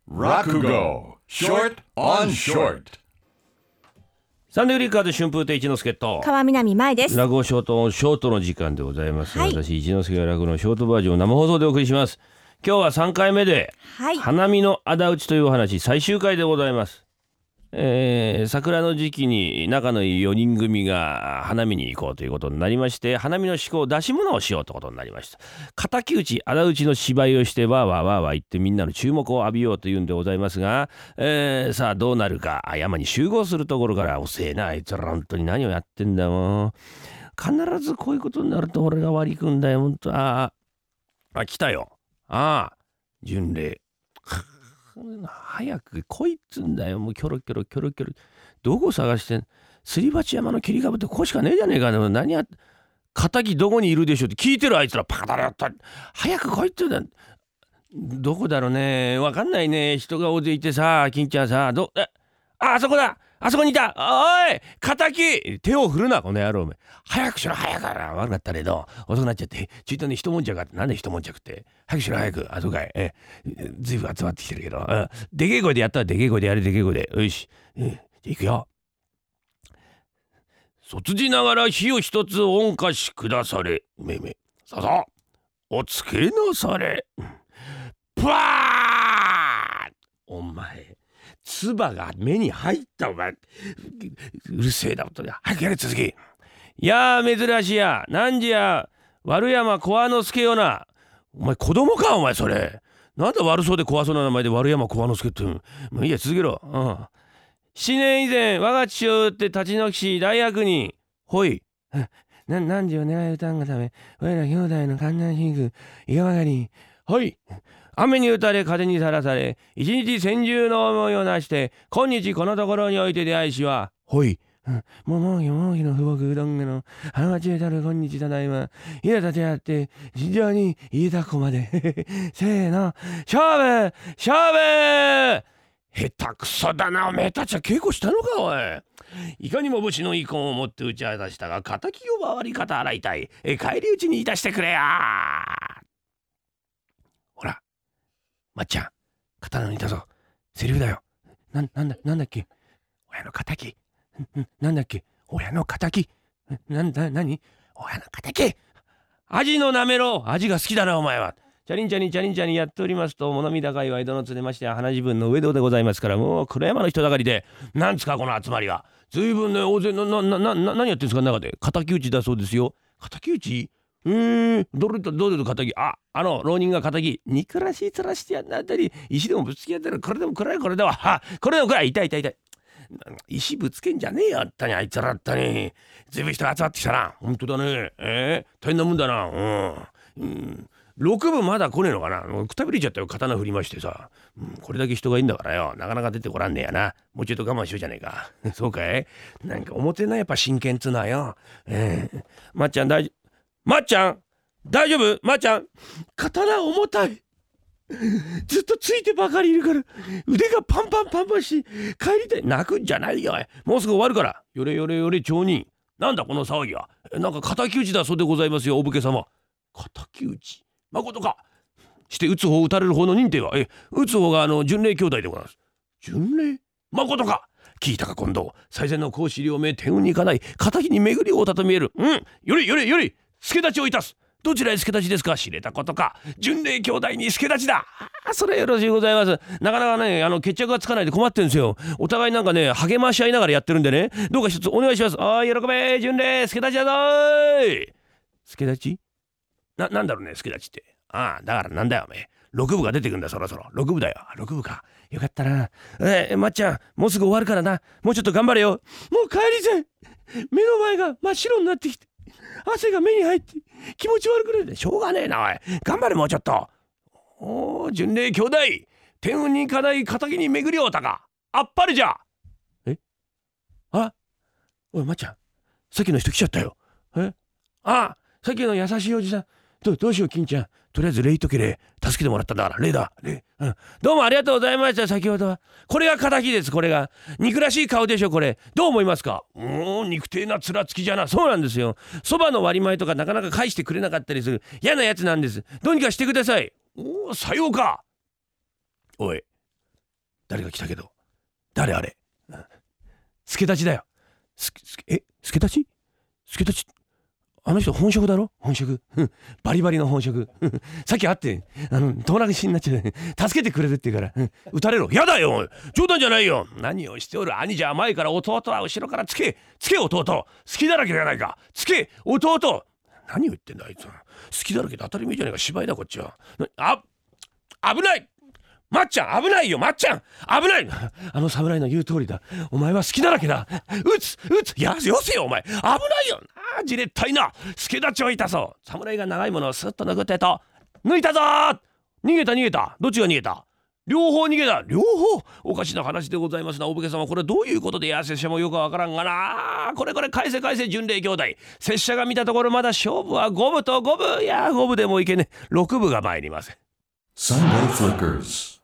Rakugo Short on Short。 サンデーリッカーで春風亭一之輔と川南舞です。 落語ショートの時間でございます、 はい、 私一之輔が落語のショートバージョンを生放送でお送りします。今日は3回目で、 はい、 花見の仇討ちというお話最終回でございます。桜の時期に仲のいい4人組が花見に行こうということになりまして、花見の趣向出し物をしようということになりました。敵討ち仇討ちの芝居をしてわーわーわーわー言ってみんなの注目を浴びようというんでございますが、さあどうなるか。山に集合するところから遅えなあいつら本当に何をやってんだよ。必ずこういうことになると俺が割り組んだよ本当。来たよ。巡礼早く来いっつんだよ。もうキョロキョロキョロキョロどこ探してん。すり鉢山の切り株ってここしかねえじゃねえか。でも何や仇どこにいるでしょって聞いてるあいつらパカダラやった早く来いって言うんだ。どこだろうね。わかんないね。人が大勢いてさ、金ちゃんさ、あそこだ、あそこにいた。おい仇手を振るなこの野郎。早くしろ早く。悪かったけど遅くなっちゃってちょいとね一悶着。なんで一悶着って早くしろ早く。そうかい。ずいぶん集まってきてるけど、でけえ声でやったらでけえ声でやれ。でけえ声でよし、じゃあ行くよ。卒じながら火を一つおんかしくだされ。さあおつけなされ。パーお前唾が目に入ったお前。うるせえなことで早くやれ続き。いや珍しいや。なんじや悪山小之助よな。お前子供かお前それ。なんだ悪そうで怖そうな名前で悪山小之助って。もういいや続けろ。7年以前我が父を討って立ち退きし大悪人。ほい。何時を狙い撃たんがため我ら兄弟の観覧シンクいかばかり。ほい。雨に打たれ風にさらされ一日千住の思いをなして今日このところにおいて出会いしは。ほい。もうひの不木うどんがの花町へたる今日ただいまいざ立ち会って非常にいいたこまでせーの勝負下手くそだなおめえたちは稽古したのかおい。いかにも武士の遺恨を持って打ち明かしたが仇を回り方洗いたい。返り討ちにいたしてくれや。ほらまっちゃん刀抜いたぞ。セリフだよ。なんだっけ。親の仇。なんだっけ。親の仇。何親の仇。アジのなめろ。アジが好きだなお前は。チャリンチャリンやっておりますと物見高いは江戸の連れまして花自分の上戸でございますから、もう黒山の人だかりで。なんつかこの集まりは。ずいぶんね大勢の何やってんですか中で。敵討ちだそうですよ。敵討ち。どれと仇。浪人が仇憎らしい面してやんなあたり石でもぶつけやってる。これでも暗い。これでも暗い。痛い。石ぶつけんじゃねえよあったにあいつらあったに。ずいぶん人が集まってきたな。ほんとだね。大変なもんだな。6部まだ来ねえのかな。くたびれちゃったよ刀振りましてさ。これだけ人がいいんだからよなかなか出てこらんねえやな。もうちょっと我慢しようじゃねえか。そうかい。なんか表なやっぱ真剣つなよ。まっちゃん大丈夫まっちゃん刀重たい。ずっとついてばかりいるから腕がパンパンし帰りたい。泣くんじゃないよ。もうすぐ終わるから。よれ町人。なんだこの騒ぎは。なんか敵討ちだそうでございますよお武家様。敵討ちまことか。して撃つ方撃たれる方の認定は撃つ方が巡礼兄弟でございます。巡礼まことか。聞いたか今度最善の講師両名天運にかない敵に巡りをたと見える。より助太刀をいたす。どちらへ助太刀ですか。知れたことか。巡礼兄弟に助太刀だ。それよろしいございます。なかなかね決着がつかないで困ってるんですよ。お互いなんかね励まし合いながらやってるんでね、どうか一つお願いします。喜べ巡礼助太刀だぞい。助太刀なんだろうね助太刀って。だからなんだよおめえ。6部が出てくんだそろそろ。6部だよ。6部か。よかったな。まっちゃんもうすぐ終わるからな。もうちょっと頑張れよ。もう帰りぜ。目の前が真っ白になってきて汗が目に入って気持ち悪くなってしょうがねえなおい。頑張れもうちょっと。巡礼兄弟天運にかない仇に巡りおうたか。あっぱれじゃ。おいまっちゃんさっきの人来ちゃったよ。さっきの優しいおじさんどうしよう金ちゃん。とりあえず礼言っとけ。礼助けてもらったんだから礼だ。どうもありがとうございました。先ほどはこれが仇です。これが憎らしい顔でしょ。これどう思いますか。憎てえな面つきじゃな。そうなんですよ。そばの割り米とかなかなか返してくれなかったりする嫌なやつなんです。どうにかしてください。さようか。おい誰が来たけど。誰あれ。助太刀だよ。助太刀？助太刀、あの人本職だろ、本職。バリバリの本職。さっき会って友達になっちゃう。助けてくれるって言うから、撃たれろ。やだよ、冗談じゃないよ。何をしておる。兄じゃ前から弟は後ろからつけ弟。好きだらけじゃないか。つけ弟。何を言ってんだあいつ。好きだらけで当たり前じゃないか。芝居だこっちは。危ない。まっちゃん危ないよ。まっちゃん危ない。あの侍の言う通りだ。お前は好きだらけだ。撃つよせよお前。危ないよな。じれったいな。助太刀をいたそう。侍が長いものをスッと抜くってと、抜いたぞー。逃げた。どっちが逃げた。両方逃げた。両方。おかしな話でございますな。お武家様、これどういうことでやせしもよくわからんがな。これ返せ巡礼兄弟。拙者が見たところまだ勝負は5分と5分。いや5分でもいけねえ。6分が参ります。 Sunday Flickers